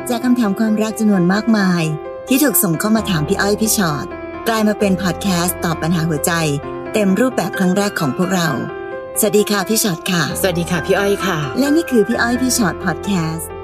จากคำถามความรักจำนวนมากมายที่ถูกส่งเข้ามาถามพี่อ้อยพี่ชอตกลายมาเป็นพอดแคสต์ตอบปัญหาหัวใจเต็มรูปแบบครั้งแรกของพวกเราสวัสดีค่ะพี่ชอตค่ะสวัสดีค่ะพี่อ้อยค่ะและนี่คือพี่อ้อยพี่ชอตพอดแคสต์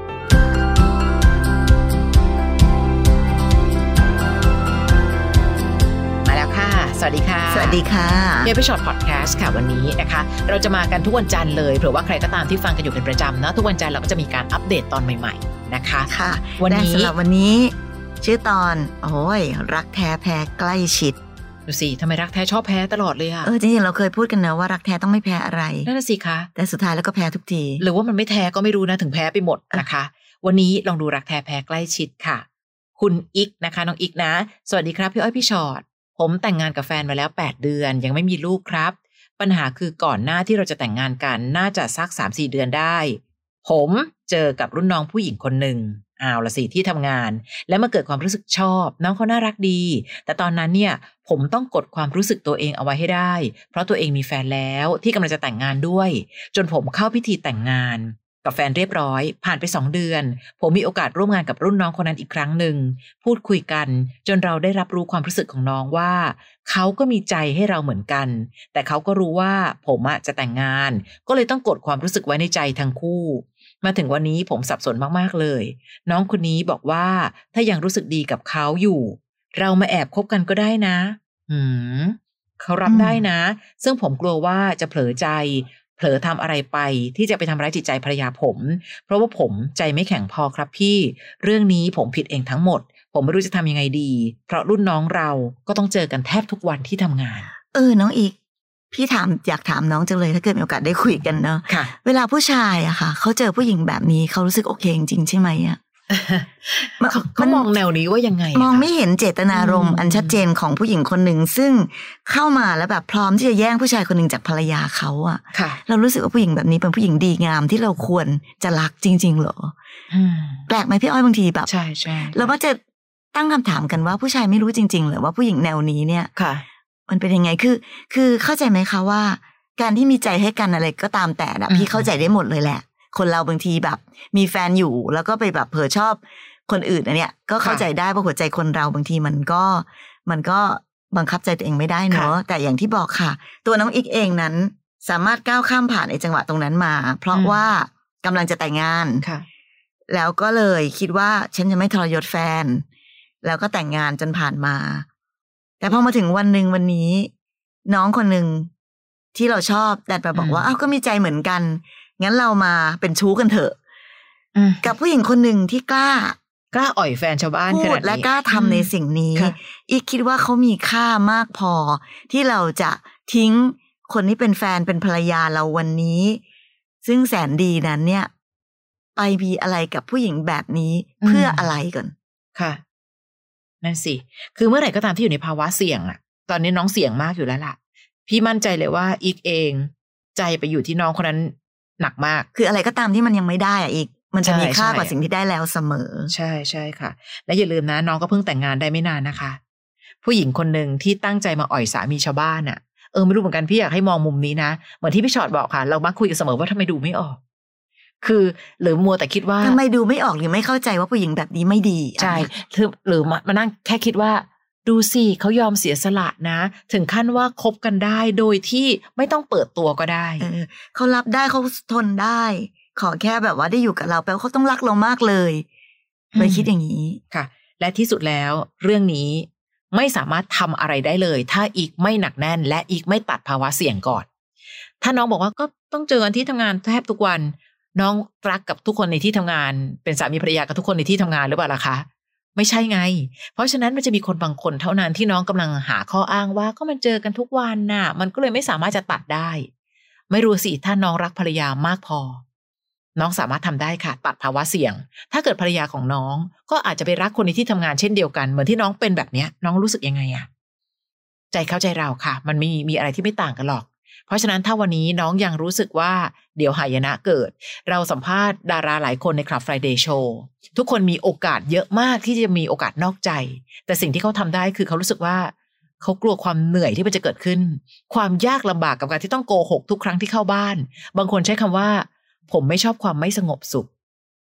มาแล้วค่ะสวัสดีค่ะสวัสดีค่ะพี่ชอตพอดแคสต์ค่ะวันนี้นะคะเราจะมากันทุกวันจันทร์เลยเผื่อว่าใครก็ตามที่ฟังกันอยู่เป็นประจำนะทุกวันจันทร์เราก็จะมีการอัปเดตตอนใหม่ๆนะคะค่ะวันนี้สำหรับวันนี้ชื่อตอนโอ้ยรักแท้แพ้ใกล้ชิดดูสิทำไมรักแท้ชอบแพ้ตลอดเลยอะจริงๆเราเคยพูดกันนะว่ารักแท้ต้องไม่แพ้อะไรนั่นสิคะแต่สุดท้ายแล้วก็แพ้ทุกทีหรือว่ามันไม่แท้ก็ไม่รู้นะถึงแพ้ไปหมดนะคะวันนี้ลองดูรักแท้แพ้ใกล้ชิดค่ะคุณอิกนะคะน้องอิกนะสวัสดีครับพี่อ้อยพี่ชอตผมแต่งงานกับแฟนมาแล้ว8 เดือนยังไม่มีลูกครับปัญหาคือก่อนหน้าที่เราจะแต่งงานกันน่าจะสัก 3-4 เดือนได้ผมเจอกับรุ่นน้องผู้หญิงคนหนึ่งเอาละสิที่ทำงานแล้วมาเกิดความรู้สึกชอบน้องเขาน่ารักดีแต่ตอนนั้นเนี่ยผมต้องกดความรู้สึกตัวเองเอาไว้ให้ได้เพราะตัวเองมีแฟนแล้วที่กำลังจะแต่งงานด้วยจนผมเข้าพิธีแต่งงานกับแฟนเรียบร้อยผ่านไป2 เดือนผมมีโอกาสร่วมงานกับรุ่นน้องคนนั้นอีกครั้งหนึ่งพูดคุยกันจนเราได้รับรู้ความรู้สึกของน้องว่าเขาก็มีใจให้เราเหมือนกันแต่เขาก็รู้ว่าผมจะแต่งงานก็เลยต้องกดความรู้สึกไว้ในใจทั้งคู่มาถึงวันนี้ผมสับสนมากๆเลยน้องคนนี้บอกว่าถ้ายังรู้สึกดีกับเขาอยู่เรามาแอบคบกันก็ได้นะเขารับได้นะซึ่งผมกลัวว่าจะเผลอใจเผลอทำอะไรไปที่จะไปทำร้ายจิตใจภรรยาผมเพราะว่าผมใจไม่แข็งพอครับพี่เรื่องนี้ผมผิดเองทั้งหมดผมไม่รู้จะทำยังไงดีเพราะรุ่นน้องเราก็ต้องเจอกันแทบทุกวันที่ทำงานน้องอีกพี่อยากถามน้องจังเลยถ้าเกิดมีโอกาสได้คุยกันเนาะเวลาผู้ชายอะค่ะเขาเจอผู้หญิงแบบนี้เขารู้สึกโอเคจริงๆใช่ไหมอะเขามองแนวนี้ว่ายังไงมองไม่เห็นเจตนารมณ์อันชัดเจนของผู้หญิงคนหนึ่งซึ่งเข้ามาแล้วแบบพร้อมที่จะแย่งผู้ชายคนหนึ่งจากภรรยาเขาอะเรารู้สึกว่าผู้หญิงแบบนี้เป็นผู้หญิงดีงามที่เราควรจะรักจริงๆเหรอแปลกไหมพี่อ้อยบางทีแบบใช่ใช่เราก็จะตั้งคำถามกันว่าผู้ชายไม่รู้จริงๆเหรอว่าผู้หญิงแนวนี้เนี่ยมันเป็นยังไงคือเข้าใจไหมคะว่าการที่มีใจให้กันอะไรก็ตามแต่พี่เข้าใจได้หมดเลยแหละคนเราบางทีแบบมีแฟนอยู่แล้วก็ไปแบบเผลอชอบคนอื่นเนี่ยก็เข้าใจได้เพราะหัวใจคนเราบางทีมันก็บังคับใจตัวเองไม่ได้เนาะแต่อย่างที่บอกค่ะตัวน้องอีกเองนั้นสามารถก้าวข้ามผ่านในจังหวะตรงนั้นมาเพราะว่ากำลังจะแต่งงานแล้วก็เลยคิดว่าฉันจะไม่ทรยศแฟนแล้วก็แต่งงานจนผ่านมาแต่พอมาถึงวันหนึ่งวันนี้น้องคนหนึ่งที่เราชอบแต่แบบบอกว่าก็มีใจเหมือนกันงั้นเรามาเป็นชู้กันเถอะกับผู้หญิงคนหนึ่งที่กล้าอ่อยแฟนชาวบ้านขนาดนี้และกล้าทำในสิ่งนี้อีกคิดว่าเขามีค่ามากพอที่เราจะทิ้งคนที่เป็นแฟนเป็นภรรยาเราวันนี้ซึ่งแสนดีนั้นเนี่ยไปมีอะไรกับผู้หญิงแบบนี้เพื่ออะไรก่อนค่ะนั่นสิคือเมื่อไหร่ก็ตามที่อยู่ในภาวะเสี่ยงตอนนี้น้องเสี่ยงมากอยู่แล้วล่ะพี่มั่นใจเลยว่าอีกเองใจไปอยู่ที่น้องคนนั้นหนักมากคืออะไรก็ตามที่มันยังไม่ได้อีกมันจะมีค่ากว่าสิ่งที่ได้แล้วเสมอใช่ใช่ค่ะและอย่าลืมนะน้องก็เพิ่งแต่งงานได้ไม่นานนะคะผู้หญิงคนหนึ่งที่ตั้งใจมาอ่อยสามีชาวบ้านไม่รู้เหมือนกันพี่อยากให้มองมุมนี้นะเหมือนที่พี่ชอตบอกค่ะเรามักคุยกันเสมอว่าทำไมดูไม่ออกคือหรือมัวแต่คิดว่าทำไมดูไม่ออกหรือไม่เข้าใจว่าผู้หญิงแบบนี้ไม่ดีใช่หรือมานั่งแค่คิดว่าดูสิเขายอมเสียสละนะถึงขั้นว่าคบกันได้โดยที่ไม่ต้องเปิดตัวก็ได้เขารับได้เขาทนได้ขอแค่แบบว่าได้อยู่กับเราแปลว่าเขาต้องรักเรามากเลยไปคิดอย่างนี้ค่ะและที่สุดแล้วเรื่องนี้ไม่สามารถทำอะไรได้เลยถ้าอีกไม่หนักแน่นและอีกไม่ตัดภาวะเสี่ยงก่อนถ้าน้องบอกว่าก็ต้องเจอกันที่ทำงานแทบทุกวันน้องรักกับทุกคนในที่ทำงานเป็นสามีภรรยากับทุกคนในที่ทำงานหรือเปล่าล่ะคะไม่ใช่ไงเพราะฉะนั้นมันจะมีคนบางคนเท่านั้นที่น้องกำลังหาข้ออ้างว่าก็มันเจอกันทุกวันน่ะมันก็เลยไม่สามารถจะตัดได้ไม่รู้สิถ้าน้องรักภรรยามากพอน้องสามารถทำได้ค่ะตัดภาวะเสี่ยงถ้าเกิดภรรยาของน้องก็อาจจะไปรักคนในที่ทำงานเช่นเดียวกันเหมือนที่น้องเป็นแบบนี้น้องรู้สึกยังไงใจเข้าใจเราค่ะมันมีอะไรที่ไม่ต่างกันหรอกเพราะฉะนั้นถ้าวันนี้น้องยังรู้สึกว่าเดี๋ยวหายนะเกิดเราสัมภาษณ์ดาราหลายคนใน Club Friday Show ทุกคนมีโอกาสเยอะมากที่จะมีโอกาสนอกใจแต่สิ่งที่เขาทำได้คือเขารู้สึกว่าเขากลัวความเหนื่อยที่มันจะเกิดขึ้นความยากลำบากกับการที่ต้องโกหกทุกครั้งที่เข้าบ้านบางคนใช้คำว่าผมไม่ชอบความไม่สงบสุข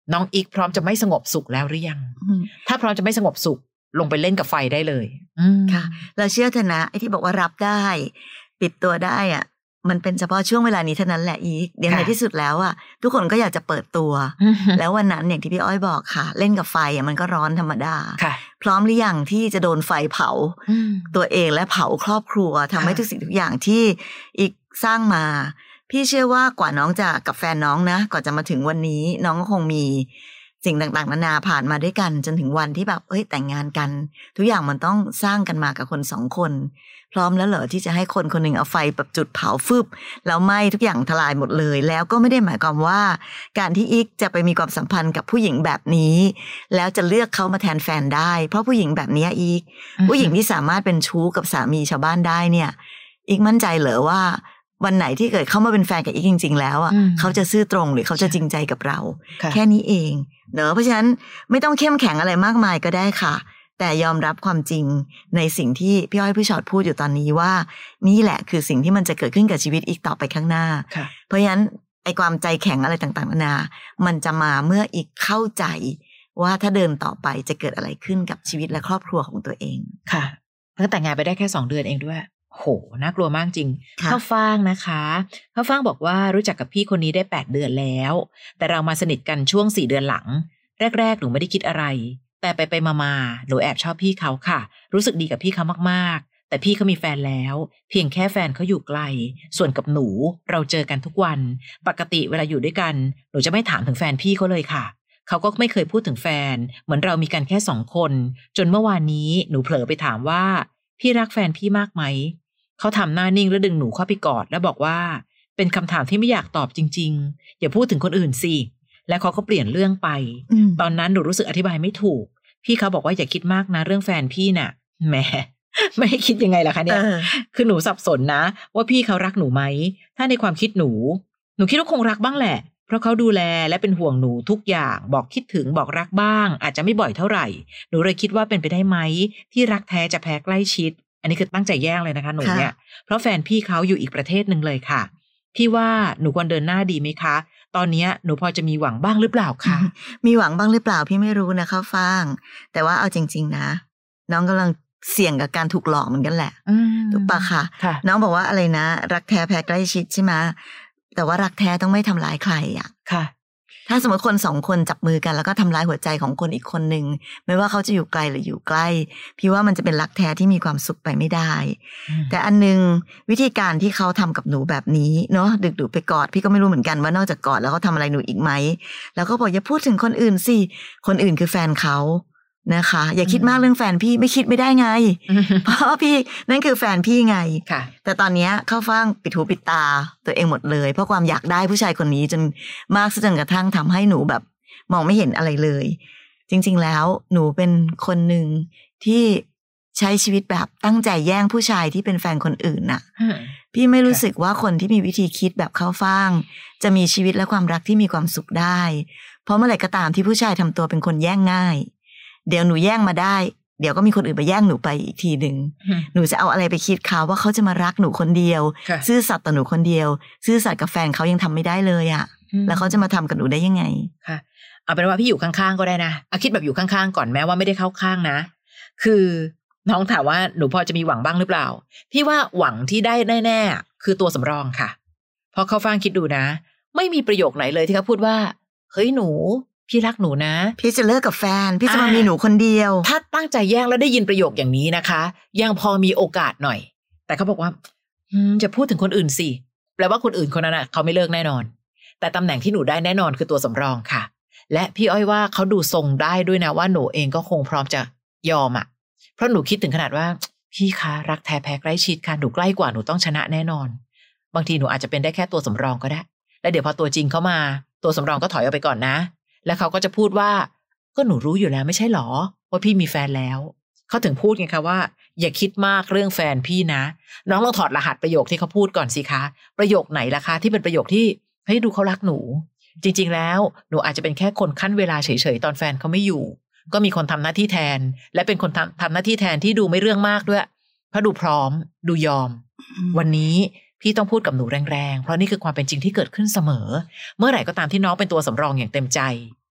น้องอีกพร้อมจะไม่สงบสุขแล้วหรือยังถ้าพร้อมจะไม่สงบสุขลงไปเล่นกับไฟได้เลยค่ะเราเชื่อเถอะนะไอ้ที่บอกว่ารับได้ปิดตัวได้อ่ะมันเป็นเฉพาะช่วงเวลานี้เท่านั้นแหละอีกเดี๋ยวในที่สุดแล้วอ่ะทุกคนก็อยากจะเปิดตัวแล้ววันนั้นอย่างที่พี่อ้อยบอกค่ะเล่นกับไฟอ่ะมันก็ร้อนธรรมดาพร้อมหรือยังที่จะโดนไฟเผาตัวเองและเผาครอบครัวทำให้ทุกสิ่งทุกอย่างที่อีกสร้างมาพี่เชื่อว่ากว่าน้องจะกับแฟนน้องนะก่อนจะมาถึงวันนี้น้องก็คงมีสิ่งต่างๆนานาผ่านมาด้วยกันจนถึงวันที่แบบแต่งงานกันทุกอย่างมันต้องสร้างกันมากับคนสองคนพร้อมแล้วเหรอที่จะให้คนคนหนึ่งเอาไฟแบบจุดเผาฟึบแล้วไหม้ทุกอย่างทลายหมดเลยแล้วก็ไม่ได้หมายความว่าการที่อีกจะไปมีความสัมพันธ์กับผู้หญิงแบบนี้แล้วจะเลือกเขามาแทนแฟนได้เพราะผู้หญิงแบบนี้อีกผู้หญิงที่สามารถเป็นชู้กับสามีชาวบ้านได้เนี่ยอีกมั่นใจเหรอว่าวันไหนที่เกิดเข้ามาเป็นแฟนกับอีกจริงๆแล้วอ่ะเขาจะซื่อตรงหรือเขาจะจริงใจกับเราแค่นี้เองเนอะเพราะฉะนั้นไม่ต้องเข้มแข็งอะไรมากมายก็ได้ค่ะแต่ยอมรับความจริงในสิ่งที่พี่อ้อยพี่ชอตพูดอยู่ตอนนี้ว่านี่แหละคือสิ่งที่มันจะเกิดขึ้นกับชีวิตอีกต่อไปข้างหน้าเพราะฉะนั้นไอ้ความใจแข็งอะไรต่างๆนานามันจะมาเมื่ออีกเข้าใจว่าถ้าเดินต่อไปจะเกิดอะไรขึ้นกับชีวิตและครอบครัวของตัวเองค่ะเพิ่งแต่งงานไปได้แค่2 เดือนเองด้วยโหน่ากลัวมากจริงข้าวฟ่างนะคะข้าวฟ่างบอกว่ารู้จักกับพี่คนนี้ได้8 เดือนแล้วแต่เรามาสนิทกันช่วง4 เดือนหลังแรกๆหนูไม่ได้คิดอะไรแต่ไปมาหนูแอบชอบพี่เขาค่ะรู้สึกดีกับพี่เขามากๆแต่พี่เขามีแฟนแล้วเพียงแค่แฟนเขาอยู่ไกลส่วนกับหนูเราเจอกันทุกวันปกติเวลาอยู่ด้วยกันหนูจะไม่ถามถึงแฟนพี่เขาเลยค่ะเขาก็ไม่เคยพูดถึงแฟนเหมือนเรามีกันแค่2 คนจนเมื่อวานนี้หนูเผลอไปถามว่าพี่รักแฟนพี่มากไหมเขาทำหน้านิ่งแล้วดึงหนูเข้าไปกอดแล้วบอกว่าเป็นคำถามที่ไม่อยากตอบจริงๆอย่าพูดถึงคนอื่นสิแล้วเขาก็เปลี่ยนเรื่องไปตอนนั้นหนูรู้สึกอธิบายไม่ถูกพี่เขาบอกว่าอย่าคิดมากนะเรื่องแฟนพี่น่ะแหมไม่ให้คิดยังไงล่ะคะเนี่ยคือหนูสับสนนะว่าพี่เขารักหนูไหมถ้าในความคิดหนูคิดว่าคงรักบ้างแหละเพราะเขาดูแลและเป็นห่วงหนูทุกอย่างบอกคิดถึงบอกรักบ้างอาจจะไม่บ่อยเท่าไหร่หนูเลยคิดว่าเป็นไปได้ไหมที่รักแท้จะแพ้ใกล้ชิดอันนี้คือตั้งใจแย่งเลยนะคะหนูเนี่ยเพราะแฟนพี่เขาอยู่อีกประเทศนึงเลยค่ะพี่ว่าหนูควรเดินหน้าดีไหมคะตอนนี้หนูพอจะมีหวังบ้างหรือเปล่าคะมีหวังบ้างหรือเปล่าพี่ไม่รู้นะข้าวฟ่างแต่ว่าเอาจริงๆนะน้องกำลังเสี่ยงกับการถูกหลอกเหมือนกันแหละถูกปะคะน้องบอกว่าอะไรนะรักแท้แพ้ใกล้ชิดใช่ไหมแต่ว่ารักแท้ต้องไม่ทำร้ายใครอ่ะค่ะถ้าสมมติคน2 คนจับมือกันแล้วก็ทำร้ายหัวใจของคนอีกคนนึงไม่ว่าเขาจะอยู่ไกลหรืออยู่ใกล้พี่ว่ามันจะเป็นรักแท้ที่มีความสุขไปไม่ได้แต่อันนึงวิธีการที่เขาทำกับหนูแบบนี้เนาะดึกดูไปกอดพี่ก็ไม่รู้เหมือนกันว่านอกจากกอดแล้วเขาทำอะไรหนูอีกไหมแล้วก็บอกอย่าพูดถึงคนอื่นสิคนอื่นคือแฟนเขานะคะอย่าคิดมากเรื่องแฟนพี่ไม่คิดไม่ได้ไง เพราะพี่นั่นคือแฟนพี่ไงแต่ตอนนี้เข้าฟ่างปิดหูปิดตาตัวเองหมดเลยเพราะความอยากได้ผู้ชายคนนี้จนมากจนกระทั่งทำให้หนูแบบมองไม่เห็นอะไรเลยจริงๆแล้วหนูเป็นคนหนึ่งที่ใช้ชีวิตแบบตั้งใจแย่งผู้ชายที่เป็นแฟนคนอื่นน่ะพี่ไม่รู้สึกว่าคนที่มีวิธีคิดแบบเข้าฟ่างจะมีชีวิตและความรักที่มีความสุขได้เพราะเมื่อไหร่ก็ตามที่ผู้ชายทำตัวเป็นคนแย่งง่ายเดี๋ยวหนูแย่งมาได้เดี๋ยวก็มีคนอื่นไปแย่งหนูไปอีกทีนึงหนูจะเอาอะไรไปคิดเขาว่าเขาจะมารักหนูคนเดียวซื่อสัตย์ต่อหนูคนเดียวซื่อสัตย์กับแฟนเขายังทำไม่ได้เลยอ่ะแล้วเขาจะมาทำกับหนูได้ยังไงค่ะเอาเป็นว่าพี่อยู่ข้างๆก็ได้นะเอาคิดแบบอยู่ข้างๆก่อนแม้ว่าไม่ได้เข้าข้างนะคือน้องถามว่าหนูพอจะมีหวังบ้างหรือเปล่าพี่ว่าหวังที่ได้แน่ๆคือตัวสำรองค่ะเพราะเขาฟังคิดดูนะไม่มีประโยคไหนเลยที่เขาพูดว่าเฮ้ยหนูพี่รักหนูนะพี่จะเลิกกับแฟนพี่จะมามีหนูคนเดียวถ้าตั้งใจแย่งแล้วได้ยินประโยคอย่างนี้นะคะยังพอมีโอกาสหน่อยแต่เขาบอกว่าจะพูดถึงคนอื่นสิแปลว่าคนอื่นคนนั้นน่ะเขาไม่เลิกแน่นอนแต่ตำแหน่งที่หนูได้แน่นอนคือตัวสำรองค่ะและพี่อ้อยว่าเขาดูทรงได้ด้วยนะว่าหนูเองก็คงพร้อมจะยอมอ่ะเพราะหนูคิดถึงขนาดว่าพี่คะรักแท้แพ้ใกล้ชิดค่ะหนูใกล้กว่าหนูต้องชนะแน่นอนบางทีหนูอาจจะเป็นได้แค่ตัวสำรองก็ได้แล้วเดี๋ยวพอตัวจริงเข้ามาตัวสำรองก็ถอยออกไปก่อนนะแล้วเขาก็จะพูดว่าก็หนูรู้อยู่แล้วไม่ใช่หรอว่าพี่มีแฟนแล้วเขาถึงพูดไงคะว่าอย่าคิดมากเรื่องแฟนพี่นะน้องลองถอดรหัสประโยคที่เขาพูดก่อนสิคะประโยคไหนล่ะคะที่เป็นประโยคที่ให้ดูเขารักหนูจริงๆแล้วหนูอาจจะเป็นแค่คนขั้นเวลาเฉยๆตอนแฟนเขาไม่อยู่ก็มีคนทำหน้าที่แทนและเป็นคนทำหน้าที่แทนที่ดูไม่เรื่องมากด้วยเพราะดูพร้อมดูยอมวันนี้พี่ต้องพูดกับหนูแรงๆเพราะนี่คือความเป็นจริงที่เกิดขึ้นเสมอเมื่อไหร่ก็ตามที่น้องเป็นตัวสำรองอย่างเต็มใจ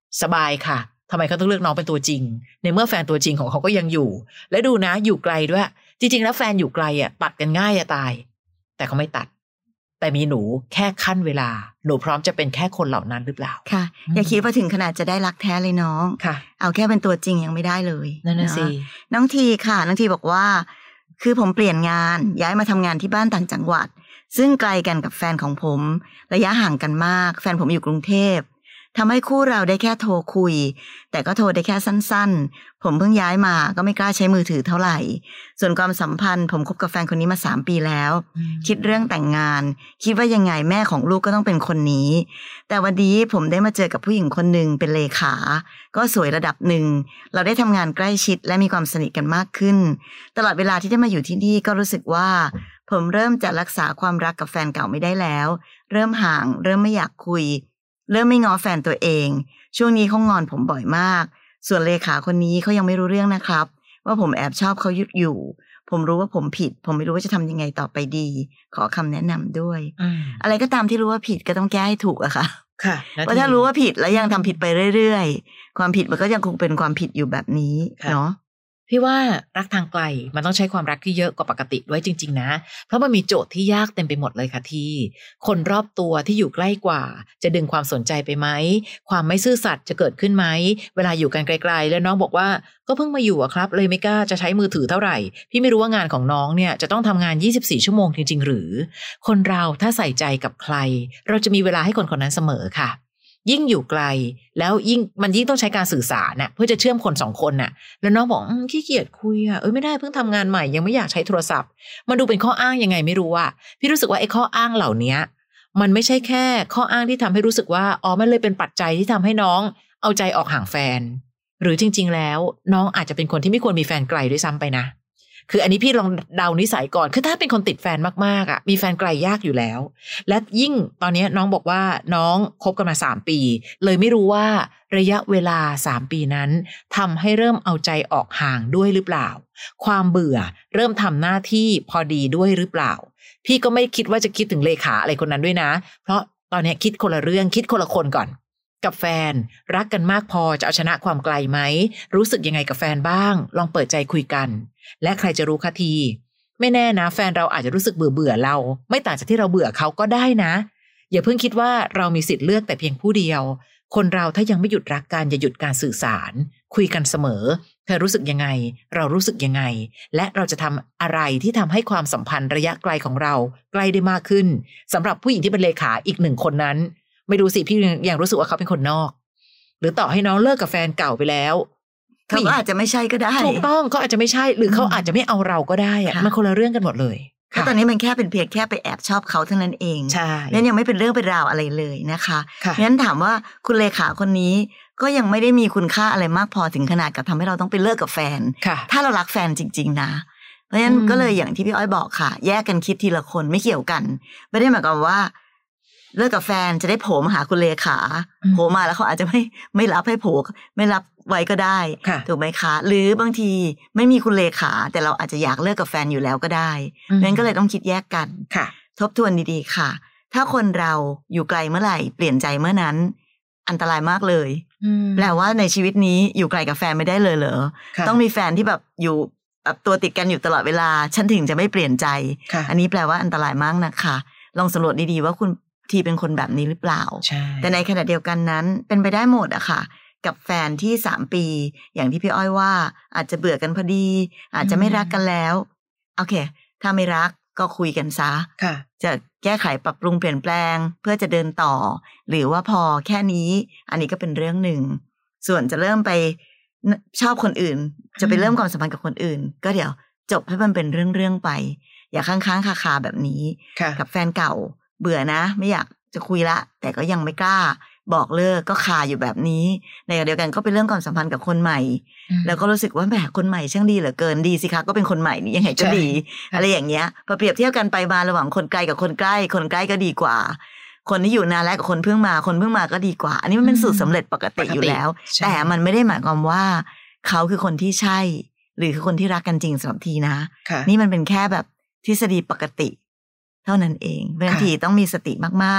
สบายค่ะทำไมเขาต้องเลือกน้องเป็นตัวจริงในเมื่อแฟนตัวจริงของเขาก็ยังอยู่และดูนะอยู่ไกลด้วยจริงๆแล้วแฟนอยู่ไกลตัดกันง่ายจะตายแต่เขาไม่ตัดแต่มีหนูแค่ขั้นเวลาหนูพร้อมจะเป็นแค่คนเหล่านั้นหรือเปล่าค่ะอย่าคิดว่าถึงขนาดจะได้รักแท้เลยน้องค่ะเอาแค่เป็นตัวจริงยังไม่ได้เลยนั่นน่ะสิน้องทีค่ะน้องทีบอกว่าคือผมเปลี่ยนงานย้ายมาทำงานที่บ้านต่างจังหวัดซึ่งไกลกันกับแฟนของผมระยะห่างกันมากแฟนผมอยู่กรุงเทพทำให้คู่เราได้แค่โทรคุยแต่ก็โทรได้แค่สั้นๆผมเพิ่งย้ายมาก็ไม่กล้าใช้มือถือเท่าไหร่ส่วนความสัมพันธ์ผมคบกับแฟนคนนี้มา3 ปีแล้วคิดเรื่องแต่งงานคิดว่ายังไงแม่ของลูกก็ต้องเป็นคนนี้แต่วันนี้ผมได้มาเจอกับผู้หญิงคนหนึ่งเป็นเลขาก็สวยระดับหนึ่งเราได้ทำงานใกล้ชิดและมีความสนิทกันมากขึ้นตลอดเวลาที่ได้มาอยู่ที่นี่ก็รู้สึกว่าผมเริ่มจะรักษาความรักกับแฟนเก่าไม่ได้แล้วเริ่มห่างเริ่มไม่อยากคุยเริ่มไม่ง้อแฟนตัวเองช่วงนี้เขางอนผมบ่อยมากส่วนเลขาคนนี้เขายังไม่รู้เรื่องนะครับว่าผมแอบชอบเขาอยู่ผมรู้ว่าผมผิดผมไม่รู้ว่าจะทำยังไงต่อไปดีขอคำแนะนำด้วยอะไรก็ตามที่รู้ว่าผิดก็ต้องแก้ให้ถูกอะค่ะเพราะถ้ารู้ว่าผิดแล้วยังทำผิดไปเรื่อยๆความผิดมันก็ยังคงเป็นความผิดอยู่แบบนี้เนาะพี่ว่ารักทางไกลมันต้องใช้ความรักที่เยอะกว่าปกติด้วยจริงๆนะเพราะมันมีโจทย์ที่ยากเต็มไปหมดเลยค่ะที่คนรอบตัวที่อยู่ใกล้กว่าจะดึงความสนใจไปไหมความไม่ซื่อสัตย์จะเกิดขึ้นไหมเวลาอยู่กันไกลๆแล้วน้องบอกว่าก็เพิ่งมาอยู่อะครับเลยไม่กล้าจะใช้มือถือเท่าไหร่พี่ไม่รู้ว่างานของน้องเนี่ยจะต้องทำงาน24 ชั่วโมงจริงๆหรือคนเราถ้าใส่ใจกับใครเราจะมีเวลาให้คนคนนั้นเสมอค่ะยิ่งอยู่ไกลแล้วมันยิ่งต้องใช้การสื่อสารน่ะเพื่อจะเชื่อมคน2 คนน่ะแล้วน้องบอกขี้เกียจคุยไม่ได้เพิ่งทำงานใหม่ยังไม่อยากใช้โทรศัพท์มันดูเป็นข้ออ้างยังไงไม่รู้พี่รู้สึกว่าไอ้ข้ออ้างเหล่านี้มันไม่ใช่แค่ข้ออ้างที่ทำให้รู้สึกว่ามันเลยเป็นปัจจัยที่ทำให้น้องเอาใจออกห่างแฟนหรือจริงๆแล้วน้องอาจจะเป็นคนที่ไม่ควรมีแฟนไกลด้วยซ้ำไปนะคืออันนี้พี่ลองเดานิสัยก่อนคือถ้าเป็นคนติดแฟนมากๆมีแฟนไกลยากอยู่แล้วและยิ่งตอนนี้น้องบอกว่าน้องคบกันมา3 ปีเลยไม่รู้ว่าระยะเวลา3 ปีนั้นทำให้เริ่มเอาใจออกห่างด้วยหรือเปล่าความเบื่อเริ่มทำหน้าที่พอดีด้วยหรือเปล่าพี่ก็ไม่คิดว่าจะคิดถึงเลขาอะไรคนนั้นด้วยนะเพราะตอนนี้คิดคนละเรื่องคิดคนละคนก่อนกับแฟนรักกันมากพอจะเอาชนะความไกลไหมรู้สึกยังไงกับแฟนบ้างลองเปิดใจคุยกันและใครจะรู้คะทีไม่แน่นะแฟนเราอาจจะรู้สึกเบื่อเราไม่ต่างจากที่เราเบื่อเขาก็ได้นะอย่าเพิ่งคิดว่าเรามีสิทธิ์เลือกแต่เพียงผู้เดียวคนเราถ้ายังไม่หยุดรักกันอย่าหยุดการสื่อสารคุยกันเสมอเธอรู้สึกยังไงเรารู้สึกยังไงและเราจะทำอะไรที่ทำให้ความสัมพันธ์ระยะไกลของเราใกล้ได้มากขึ้นสำหรับผู้หญิงที่เป็นเลขาอีก1 คนนั้นไม่รู้สิพี่ยังรู้สึกว่าเขาเป็นคนนอกหรือต่อให้น้องเลิกกับแฟนเก่าไปแล้วเขาอาจจะไม่ใช่ก็ได้ถูกต้องเขาอาจจะไม่ใช่หรือเขาอาจจะไม่เอาเราก็ได้มันคนละเรื่องกันหมดเลยเพราะตอนนี้มันแค่เป็นเพียงแค่ไปแอบชอบเขาเท่านั้นเองใช่แล้วยังไม่เป็นเรื่องเป็นราวอะไรเลยนะคะงั้นถามว่าคุณเลขาคนนี้ก็ยังไม่ได้มีคุณค่าอะไรมากพอถึงขนาดกับทำให้เราต้องไปเลิกกับแฟนถ้าเรารักแฟนจริงๆนะเพราะฉะนั้นก็เลยอย่างที่พี่อ้อยบอกค่ะแยกกันคิดทีละคนไม่เกี่ยวกันไม่ได้หมายความว่าเลิกกับแฟนจะได้โผล่มาหาคุณเลขาโผล่มาแล้วเขาอาจจะไม่รับให้โผล่ไม่รับไว้ก็ได้ถูกไหมคะหรือบางทีไม่มีคุณเลขาแต่เราอาจจะอยากเลิกกับแฟนอยู่แล้วก็ได้งั้นก็เลยต้องคิดแยกกันทบทวนดีๆค่ะถ้าคนเราอยู่ไกลเมื่อไหร่เปลี่ยนใจเมื่อนั้นอันตรายมากเลยแปลว่าในชีวิตนี้อยู่ไกลกับแฟนไม่ได้เลยเหรอต้องมีแฟนที่แบบอยู่แบบตัวติดกันอยู่ตลอดเวลาฉันถึงจะไม่เปลี่ยนใจอันนี้แปลว่าอันตรายมากนะคะลองสำรวจดีๆว่าคุณทีเป็นคนแบบนี้หรือเปล่าแต่ในขณะเดียวกันนั้นเป็นไปได้หมดอะค่ะกับแฟนที่3 ปีอย่างที่พี่อ้อยว่าอาจจะเบื่อกันพอดีอาจจะไม่รักกันแล้วโอเคถ้าไม่รักก็คุยกันซะจะแก้ไขปรับปรุงเปลี่ยนแปลงเพื่อจะเดินต่อหรือว่าพอแค่นี้อันนี้ก็เป็นเรื่องหนึ่งส่วนจะเริ่มไปชอบคนอื่นจะไปเริ่มความสัมพันธ์กับคนอื่นก็เดี๋ยวจบให้มันเป็นเรื่องๆไปอย่าค้างๆคาๆแบบนี้กับแฟนเก่าเบื่อนะไม่อยากจะคุยละแต่ก็ยังไม่กล้าบอกเลิกก็คาอยู่แบบนี้ในขณะเดียวกันก็เป็นเรื่องความสัมพันธ์กับคนใหม่แล้วก็รู้สึกว่าแหมคนใหม่ช่างดีเหลือเกินดีสิคะก็เป็นคนใหม่นี่ยังไงก็ดีอะไรอย่างเงี้ยพอเปรียบเทียบกันไปมาระหว่างคนไกลกับคนใกล้คนใกล้ก็ดีกว่าคนที่อยู่นานแล้วกับคนเพิ่งมาคนเพิ่งมาก็ดีกว่าอันนี้มันเป็นสูตรสำเร็จปกติอยู่แล้วแต่มันไม่ได้หมายความว่าเขาคือคนที่ใช่หรือคือคนที่รักกันจริงสำหรับทีนะนี่มันเป็นแค่แบบทฤษฎีปกติเท่านั้นเองบางทีต้องมีสติมากๆ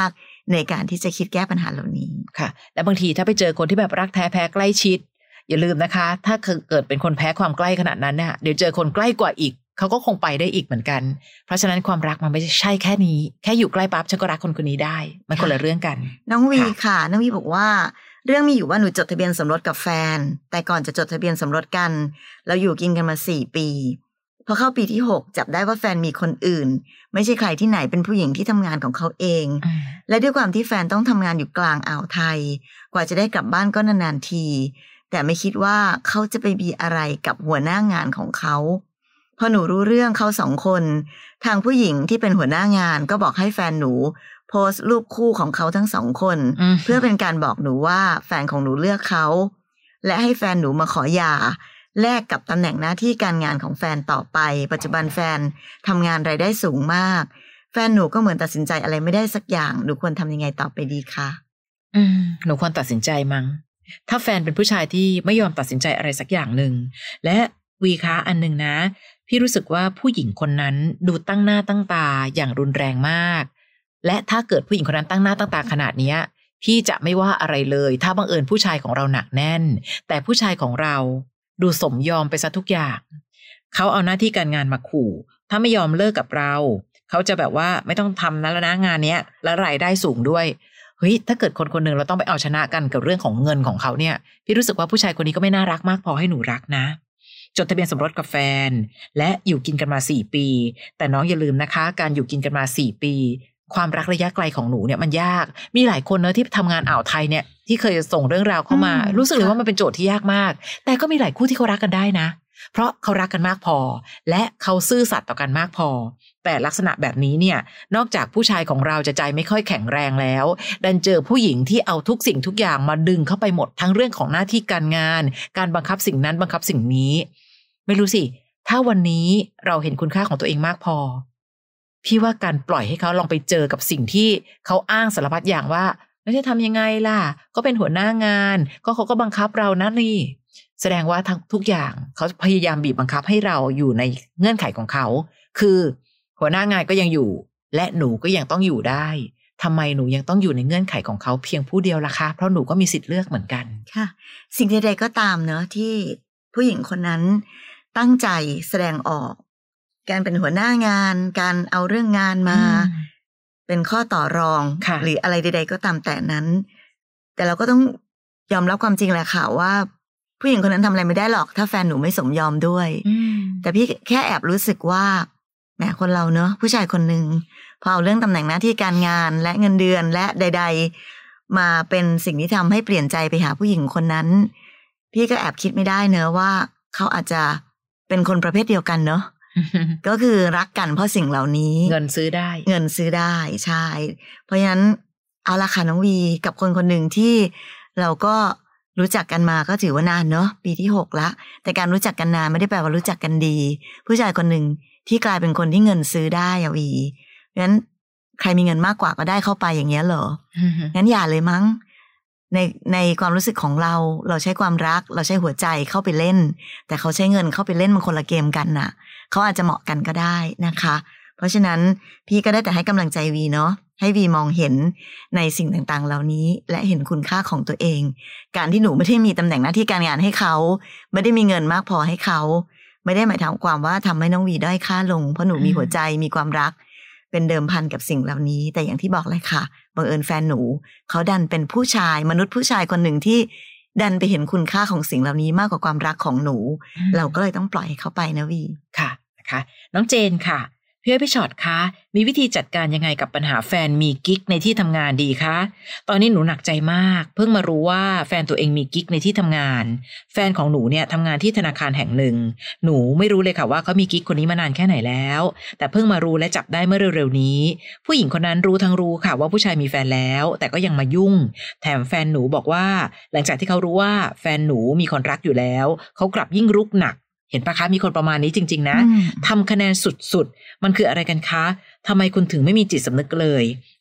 ในการที่จะคิดแก้ปัญหาเหล่านี้ค่ะและบางทีถ้าไปเจอคนที่แบบรักแท้แพ้ใกล้ชิดอย่าลืมนะคะถ้าเกิดเป็นคนแพ้ความใกล้ขนาดนั้นเนี่ยเดี๋ยวเจอคนใกล้กว่าอีกเขาก็คงไปได้อีกเหมือนกันเพราะฉะนั้นความรักมันไม่ใช่แค่นี้แค่อยู่ใกล้ปั๊บฉันก็รักคนคนนี้ได้มันคนละเรื่องกันน้องวีค่ะน้องวีบอกว่าเรื่องมีอยู่ว่าหนูจดทะเบียนสมรสกับแฟนแต่ก่อนจะจดทะเบียนสมรสกันเราอยู่กินกันมา4 ปีพอเข้าปีที่6จับได้ว่าแฟนมีคนอื่นไม่ใช่ใครที่ไหนเป็นผู้หญิงที่ทำงานของเขาเองและด้วยความที่แฟนต้องทำงานอยู่กลางอ่าวไทยกว่าจะได้กลับบ้านก็นานๆทีแต่ไม่คิดว่าเขาจะไปมีอะไรกับหัวหน้างานของเขาพอหนูรู้เรื่องเขา2 คนทางผู้หญิงที่เป็นหัวหน้างานก็บอกให้แฟนหนูโพสต์รูปคู่ของเขาทั้ง2 คนเพื่อเป็นการบอกหนูว่าแฟนของหนูเลือกเขาและให้แฟนหนูมาขอหย่าแลกกับตำแหน่งหน้าที่การงานของแฟนต่อไปปัจจุบันแฟนทำงานรายได้สูงมากแฟนหนูก็เหมือนตัดสินใจอะไรไม่ได้สักอย่างหนูควรทำยังไงต่อไปดีคะหนูควรตัดสินใจมั้งถ้าแฟนเป็นผู้ชายที่ไม่ยอมตัดสินใจอะไรสักอย่างหนึ่งและวีคะอันหนึ่งนะพี่รู้สึกว่าผู้หญิงคนนั้นดูตั้งหน้าตั้งตาอย่างรุนแรงมากและถ้าเกิดผู้หญิงคนนั้นตั้งหน้าตั้งตาขนาดนี้พี่จะไม่ว่าอะไรเลยถ้าบังเอิญผู้ชายของเราหนักแน่นแต่ผู้ชายของเราดูสมยอมไปซะทุกอย่างเขาเอาหน้าที่การงานมาขู่ถ้าไม่ยอมเลิกกับเราเขาจะแบบว่าไม่ต้องทำนะแล้วนะงานเนี้ยแล้วรายได้สูงด้วยเฮ้ยถ้าเกิดคนคนหนึ่งเราต้องไปเอาชนะกันกับเรื่องของเงินของเขาเนี่ยพี่รู้สึกว่าผู้ชายคนนี้ก็ไม่น่ารักมากพอให้หนูรักนะจดทะเบียนสมรสกับแฟนและอยู่กินกันมา4 ปีแต่น้องอย่าลืมนะคะการอยู่กินกันมา4 ปีความรักระยะไกลของหนูเนี่ยมันยากมีหลายคนเนอะที่ทำงานอ่าวไทยเนี่ยที่เคยส่งเรื่องราวเข้ามารู้สึกเลยว่ามันเป็นโจทย์ที่ยากมากแต่ก็มีหลายคู่ที่เขารักกันได้นะเพราะเขารักกันมากพอและเขาซื่อสัตย์ต่อกันมากพอแต่ลักษณะแบบนี้เนี่ยนอกจากผู้ชายของเราจะใจไม่ค่อยแข็งแรงแล้วดันเจอผู้หญิงที่เอาทุกสิ่งทุกอย่างมาดึงเข้าไปหมดทั้งเรื่องของหน้าที่การงานการบังคับสิ่งนั้นบังคับสิ่งนี้ไม่รู้สิถ้าวันนี้เราเห็นคุณค่าของตัวเองมากพอพี่ว่าการปล่อยให้เขาลองไปเจอกับสิ่งที่เขาอ้างสารพัดอย่างว่าแล้วจะทำยังไงล่ะก็เป็นหัวหน้างานก็เขาก็บังคับเรานะนี่แสดงว่าทั้งทุกอย่างเขาพยายามบีบบังคับให้เราอยู่ในเงื่อนไขของเขาคือหัวหน้างานก็ยังอยู่และหนูก็ยังต้องอยู่ได้ทำไมหนูยังต้องอยู่ในเงื่อนไขของเขาเพียงผู้เดียวล่ะคะเพราะหนูก็มีสิทธิ์เลือกเหมือนกันค่ะสิ่งใดๆก็ตามเนอะที่ผู้หญิงคนนั้นตั้งใจแสดงออกการเป็นหัวหน้างานการเอาเรื่องงานมาเป็นข้อต่อรองหรืออะไรใดๆก็ตามแต่นั้นแต่เราก็ต้องยอมรับความจริงแหละค่ะว่าผู้หญิงคนนั้นทำอะไรไม่ได้หรอกถ้าแฟนหนูไม่สมยอมด้วยแต่พี่แค่แอบรู้สึกว่าแหมคนเราเนอะผู้ชายคนหนึ่งพอเอาเรื่องตำแหน่งหน้าที่การงานและเงินเดือนและใดๆมาเป็นสิ่งที่ทำให้เปลี่ยนใจไปหาผู้หญิงคนนั้นพี่ก็แอบคิดไม่ได้เนอะว่าเขาอาจจะเป็นคนประเภทเดียวกันเนอะก็คือรักกันเพราะสิ่งเหล่านี้เงินซื้อได้ใช่เพราะฉะนั้นเอาละค่ะน้องวีกับคนคนหนึ่งที่เราก็รู้จักกันมาก็ถือว่านานเนาะปีที่6ละแต่การรู้จักกันนานไม่ได้แปลว่ารู้จักกันดีผู้ชายคนหนึ่งที่กลายเป็นคนที่เงินซื้อได้อะวีเพราะฉะนั้นใครมีเงินมากกว่าก็ได้เข้าไปอย่างเงี้ยเหรอ งั้นอย่าเลยมั้งในความรู้สึกของเราใช้ความรักเราใช้หัวใจเข้าไปเล่นแต่เขาใช้เงินเข้าไปเล่นมันคนละเกมกันน่ะเขาอาจจะเหมาะกันก็ได้นะคะเพราะฉะนั้นพี่ก็ได้แต่ให้กำลังใจวีเนาะให้วีมองเห็นในสิ่งต่างๆเหล่านี้และเห็นคุณค่าของตัวเองการที่หนูไม่ได้มีตำแหน่งหน้าที่การงานให้เขาไม่ได้มีเงินมากพอให้เขาไม่ได้หมายถึงความว่าทำให้น้องวีด้อยค่าลงเพราะหนูมีหัวใจมีความรักเป็นเดิมพันกับสิ่งเหล่านี้แต่อย่างที่บอกเลยค่ะบังเอิญแฟนหนูเขาดันเป็นผู้ชายมนุษย์ผู้ชายคนหนึ่งที่ดันไปเห็นคุณค่าของสิ่งเหล่านี้มากกว่าความรักของหนูเราก็เลยต้องปล่อยให้เขาไปนะวีค่ะนะคะน้องเจนค่ะพี่อ้อยพี่ชอตคะมีวิธีจัดการยังไงกับปัญหาแฟนมีกิ๊กในที่ทำงานดีคะตอนนี้หนูหนักใจมากเพิ่งมารู้ว่าแฟนตัวเองมีกิ๊กในที่ทำงานแฟนของหนูเนี่ยทำงานที่ธนาคารแห่งหนึ่งหนูไม่รู้เลยค่ะว่าเขามีกิ๊กคนนี้มานานแค่ไหนแล้วแต่เพิ่งมารู้และจับได้เมื่อเร็วๆนี้ผู้หญิงคนนั้นรู้ค่ะว่าผู้ชายมีแฟนแล้วแต่ก็ยังมายุ่งแถมแฟนหนูบอกว่าหลังจากที่เขารู้ว่าแฟนหนูมีคนรักอยู่แล้วเขากลับยิ่งรุกหนักเห็นปะคะมีคนประมาณนี้จริงๆนะทำคะแนนสุดๆมันคืออะไรกันคะทำไมคุณถึงไม่มีจิตสำนึกเลย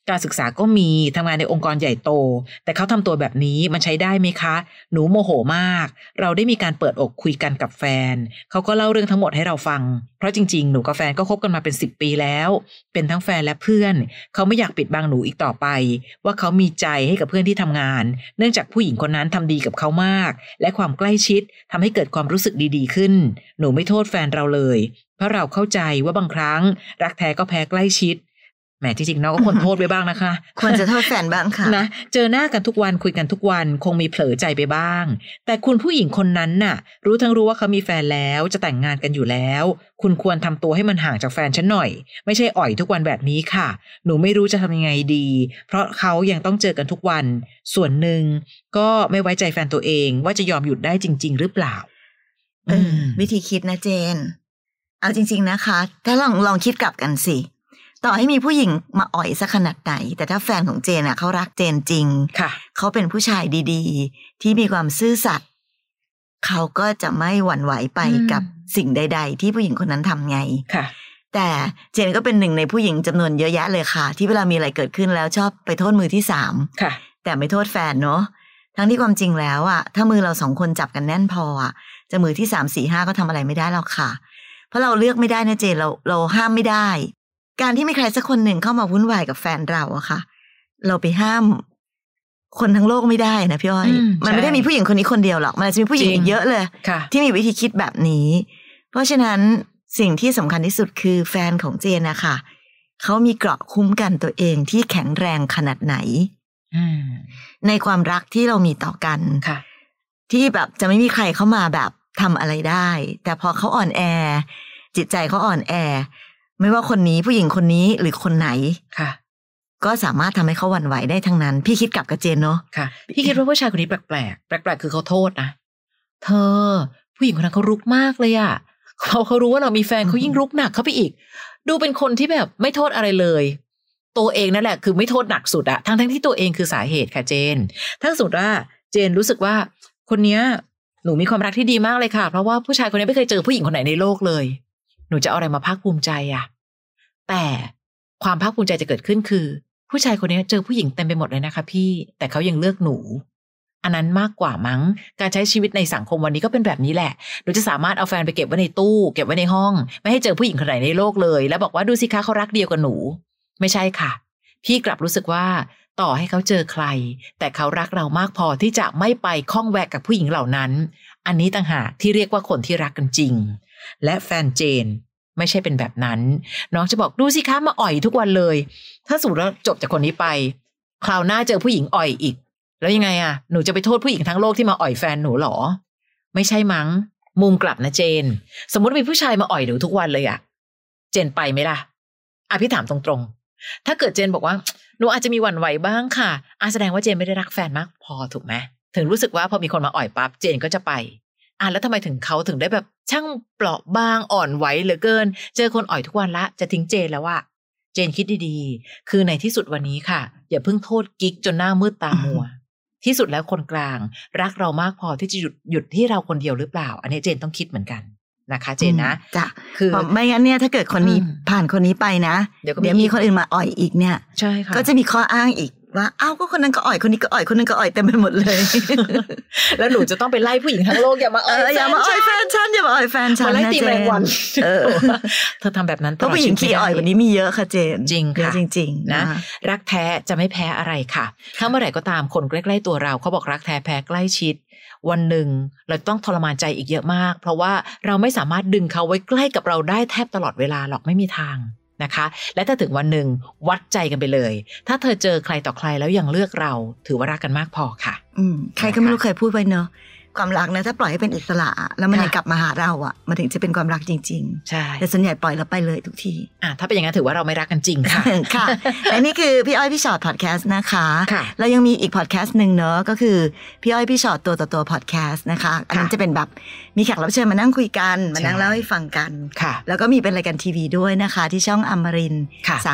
การศึกษาก็มีทำงานในองค์กรใหญ่โตแต่เขาทำตัวแบบนี้มันใช้ได้ไหมคะหนูโมโหมากเราได้มีการเปิดอกคุยกันกับแฟนเขาก็เล่าเรื่องทั้งหมดให้เราฟังเพราะจริงๆหนูกับแฟนก็คบกันมาเป็น10 ปีแล้วเป็นทั้งแฟนและเพื่อนเขาไม่อยากปิดบังหนูอีกต่อไปว่าเขามีใจให้กับเพื่อนที่ทำงานเนื่องจากผู้หญิงคนนั้นทำดีกับเขามากและความใกล้ชิดทำให้เกิดความรู้สึกดีๆขึ้นหนูไม่โทษแฟนเราเลยเพราะเราเข้าใจว่าบางครั้งรักแท้ก็แพ้ใกล้ชิดแหมจริงๆน้องก็ควรโทษไปบ้างนะคะควรจะโทษแฟนบ้างค่ะนะเจอหน้ากันทุกวันคุยกันทุกวันคงมีเผลอใจไปบ้างแต่คุณผู้หญิงคนนั้นน่ะรู้ว่าเขามีแฟนแล้วจะแต่งงานกันอยู่แล้วคุณควรทำตัวให้มันห่างจากแฟนฉันหน่อยไม่ใช่อ่อยทุกวันแบบนี้ค่ะหนูไม่รู้จะทำยังไงดีเพราะเขายังต้องเจอกันทุกวันส่วนหนึ่งก็ไม่ไว้ใจแฟนตัวเองว่าจะยอมหยุดได้จริงๆหรือเปล่าวิธีคิดนะเจนเอาจริงๆนะคะถ้าลองคิดกลับกันสิต่อให้มีผู้หญิงมาอ่อยสักขนาดไหนแต่ถ้าแฟนของเจนอ่ะเขารักเจนจริงเขาเป็นผู้ชายดีๆที่มีความซื่อสัตย์เขาก็จะไม่หวั่นไหวไปกับสิ่งใดๆที่ผู้หญิงคนนั้นทำไงแต่เจนก็เป็นหนึ่งในผู้หญิงจำนวนเยอะแยะเลยค่ะที่เวลามีอะไรเกิดขึ้นแล้วชอบไปโทษมือที่3แต่ไม่โทษแฟนเนาะทั้งที่ความจริงแล้วอ่ะถ้ามือเรา2คนจับกันแน่นพออ่ะจะมือที่3 4 5ก็ทำอะไรไม่ได้หรอกค่ะเพราะเราเลือกไม่ได้นะเจนเราห้ามไม่ได้การที่มีใครสักคนหนึ่งเข้ามาวุ่นวายกับแฟนเราอะค่ะเราไปห้ามคนทั้งโลกไม่ได้นะพี่อ้อยมันไม่ได้มีผู้หญิงคนนี้คนเดียวหรอกมันจะมีผู้หญิงอีกเยอะเลยที่มีวิธีคิดแบบนี้เพราะฉะนั้นสิ่งที่สำคัญที่สุดคือแฟนของเจนนะคะเขามีเกราะคุ้มกันตัวเองที่แข็งแรงขนาดไหนในความรักที่เรามีต่อกันที่แบบจะไม่มีใครเข้ามาแบบทำอะไรได้แต่พอเขาอ่อนแอจิตใจเขาอ่อนแอไม่ว่าคนนี้ผู้หญิงคนนี้หรือคนไหนก็สามารถทำให้เขาหวั่นไหวได้ทั้งนั้นพี่คิดกลับกับเจนเนาะพี่คิดว่าผู้ชายคนนี้แปลกคือเขาโทษนะเธอผู้หญิงคนนั้นเขารุกมากเลยอ่ะเขารู้ว่าเรามีแฟนเขายิ่งรุกหนักเขาไปอีกดูเป็นคนที่แบบไม่โทษอะไรเลยตัวเองนั่นแหละคือไม่โทษหนักสุดอะทั้งที่ตัวเองคือสาเหตุค่ะเจนถ้าสมมติว่าเจนรู้สึกว่าคนเนี้ยหนูมีความรักที่ดีมากเลยค่ะเพราะว่าผู้ชายคนนี้ไม่เคยเจอผู้หญิงคนไหนในโลกเลยหนูจะเอาอะไรมาภาคภูมิใจอะแต่ความภาคภูมิใจจะเกิดขึ้นคือผู้ชายคนนี้เจอผู้หญิงเต็มไปหมดเลยนะคะพี่แต่เขายังเลือกหนูอันนั้นมากกว่ามั้งการใช้ชีวิตในสังคมวันนี้ก็เป็นแบบนี้แหละหนูจะสามารถเอาแฟนไปเก็บไว้ในตู้เก็บไว้ในห้องไม่ให้เจอผู้หญิงคนไหนในโลกเลยแล้วบอกว่าดูสิคะเขารักเดียวกับหนูไม่ใช่ค่ะพี่กลับรู้สึกว่าต่อให้เขาเจอใครแต่เขารักเรามากพอที่จะไม่ไปข้องแวะกับผู้หญิงเหล่านั้นอันนี้ต่างหากที่เรียกว่าคนที่รักกันจริงและแฟนเจนไม่ใช่เป็นแบบนั้นน้องจะบอกดูสิคะมาอ่อยทุกวันเลยถ้าสมมติว่าจบจากคนนี้ไปคราวหน้าเจอผู้หญิงอ่อยอีกแล้วยังไงอะหนูจะไปโทษผู้หญิงทั้งโลกที่มาอ่อยแฟนหนูหรอไม่ใช่มั้งมุมกลับนะเจนสมมติมีผู้ชายมาอ่อยหนูทุกวันเลยอะเจนไปไหมล่ะพี่ถามตรงๆถ้าเกิดเจนบอกว่าหนูอาจจะมีหวั่นไหวบ้างค่ะแสดงว่าเจนไม่ได้รักแฟนมากพอถูกไหมถึงรู้สึกว่าพอมีคนมาอ่อยปั๊บเจนก็จะไปแล้วทำไมถึงเขาถึงได้แบบช่างเปราะบางอ่อนไหวเหลือเกินเจอคนอ่อยทุกวันละจะทิ้งเจนแล้วอะเจนคิดดีๆคือในที่สุดวันนี้ค่ะอย่าเพิ่งโทษกิ๊กจนหน้ามืดตามัวที่สุดแล้วคนกลางรักเรามากพอที่จะหยุดที่เราคนเดียวหรือเปล่าอันนี้เจนต้องคิดเหมือนกันนะคะเจนนะจ้ะคือไม่งั้นเนี่ยถ้าเกิดคนนี้ผ่านคนนี้ไปนะเดี๋ยวมีคนอื่นมาอ่อยอีกเนี่ยใช่ค่ะก็จะมีข้ออ้างอีกว่าก็คนนั้นก็อ่อยคนนี้ก็อ่อยคนนั้นก็อ่อยเต็มไปหมดเลยแล้วหนูจะต้องไปไล่ผู้หญิงทั้งโลกอย่ามาอ่อยอย่ามาอ่อยแฟนฉันอย่ามาอ่อยแฟนฉันนะเจนเธอทำแบบนั้นเพราะผู้หญิงขี้อ่อยกว่านี้มีเยอะค่ะเจนจริงค่ะจริงๆนะรักแท้จะไม่แพ้อะไรค่ะถ้าเมื่อไหร่ก็ตามคนใกล้ๆตัวเราเขาบอกรักแท้แพ้ใกล้ชิดวันหนึ่งเราต้องทรมานใจอีกเยอะมากเพราะว่าเราไม่สามารถดึงเขาไว้ใกล้กับเราได้แทบตลอดเวลาหรอกไม่มีทางนะคะและถ้าถึงวันหนึ่งวัดใจกันไปเลยถ้าเธอเจอใครต่อใครแล้วยังเลือกเราถือว่ารักกันมากพอค่ะใครก็ไม่รู้เคยพูดไว้เนอะความรักนะถ้าปล่อยให้เป็นอิสระแล้วมันกลับมาหาเราอ่ะมันถึงจะเป็นความรักจริงๆใช่แต่ส่วนใหญ่ปล่อยแล้วไปเลยทุกทีถ้าเป็นอย่างนั้นถือว่าเราไม่รักกันจริงค่ะค่ะและนี่คือพี่อ้อยพี่ชอตพอดแคสต์นะคะแล้วยังมีอีกพอดแคสต์นึงเนอะก็คือพี่อ้อยพี่ชอตตัวต่อตัวพอดแคสต์นะคะอันนั้นจะเป็นแบบมีแขกรับเชิญมานั่งคุยกันมานั่งเล่าให้ฟังกันแล้วก็มีเป็นรายการทีวีด้วยนะคะที่ช่องอมรินทร์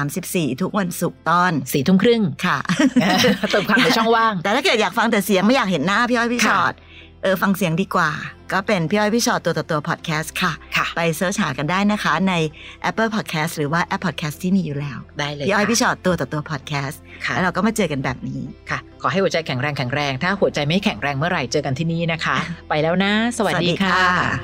34ทุกวันศุกร์ตอน 22:30 ค่ะเติมคำในช่องว่างแต่ถ้าเกิดอยากฟังแต่เสียงไม่อยากเห็นหน้าพี่อ้อยพี่ชอตฟังเสียงดีกว่าก็เป็นพี่อ้อยพี่ชอตตัวต่อตัวพอดแคสต์ค่ะไปเสิร์ชหากันได้นะคะใน Apple Podcast หรือว่าแอป Podcast ที่มีอยู่แล้วได้เลยพี่อ้อยพี่ชอตตัวต่อตัวพอดแคสต์แล้วเราก็มาเจอกันแบบนี้ค่ะขอให้หัวใจแข็งแรงถ้าหัวใจไม่แข็งแรงเมื่อไหร่เจอกันที่นี่นะคะไปแล้วนะสวัสดีค่ะ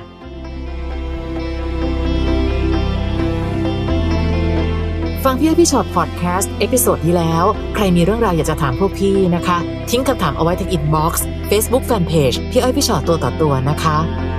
ฟังพี่อ้อยพี่ชอตพอดแคสต์เอพิโซดที่แล้วใครมีเรื่องราวอยากจะถามพวกพี่นะคะทิ้งคำถามเอาไว้ที่อินบ็อกซ์ Facebook Fanpage พี่อ้อยพี่ชอตตัวต่อตัวนะคะ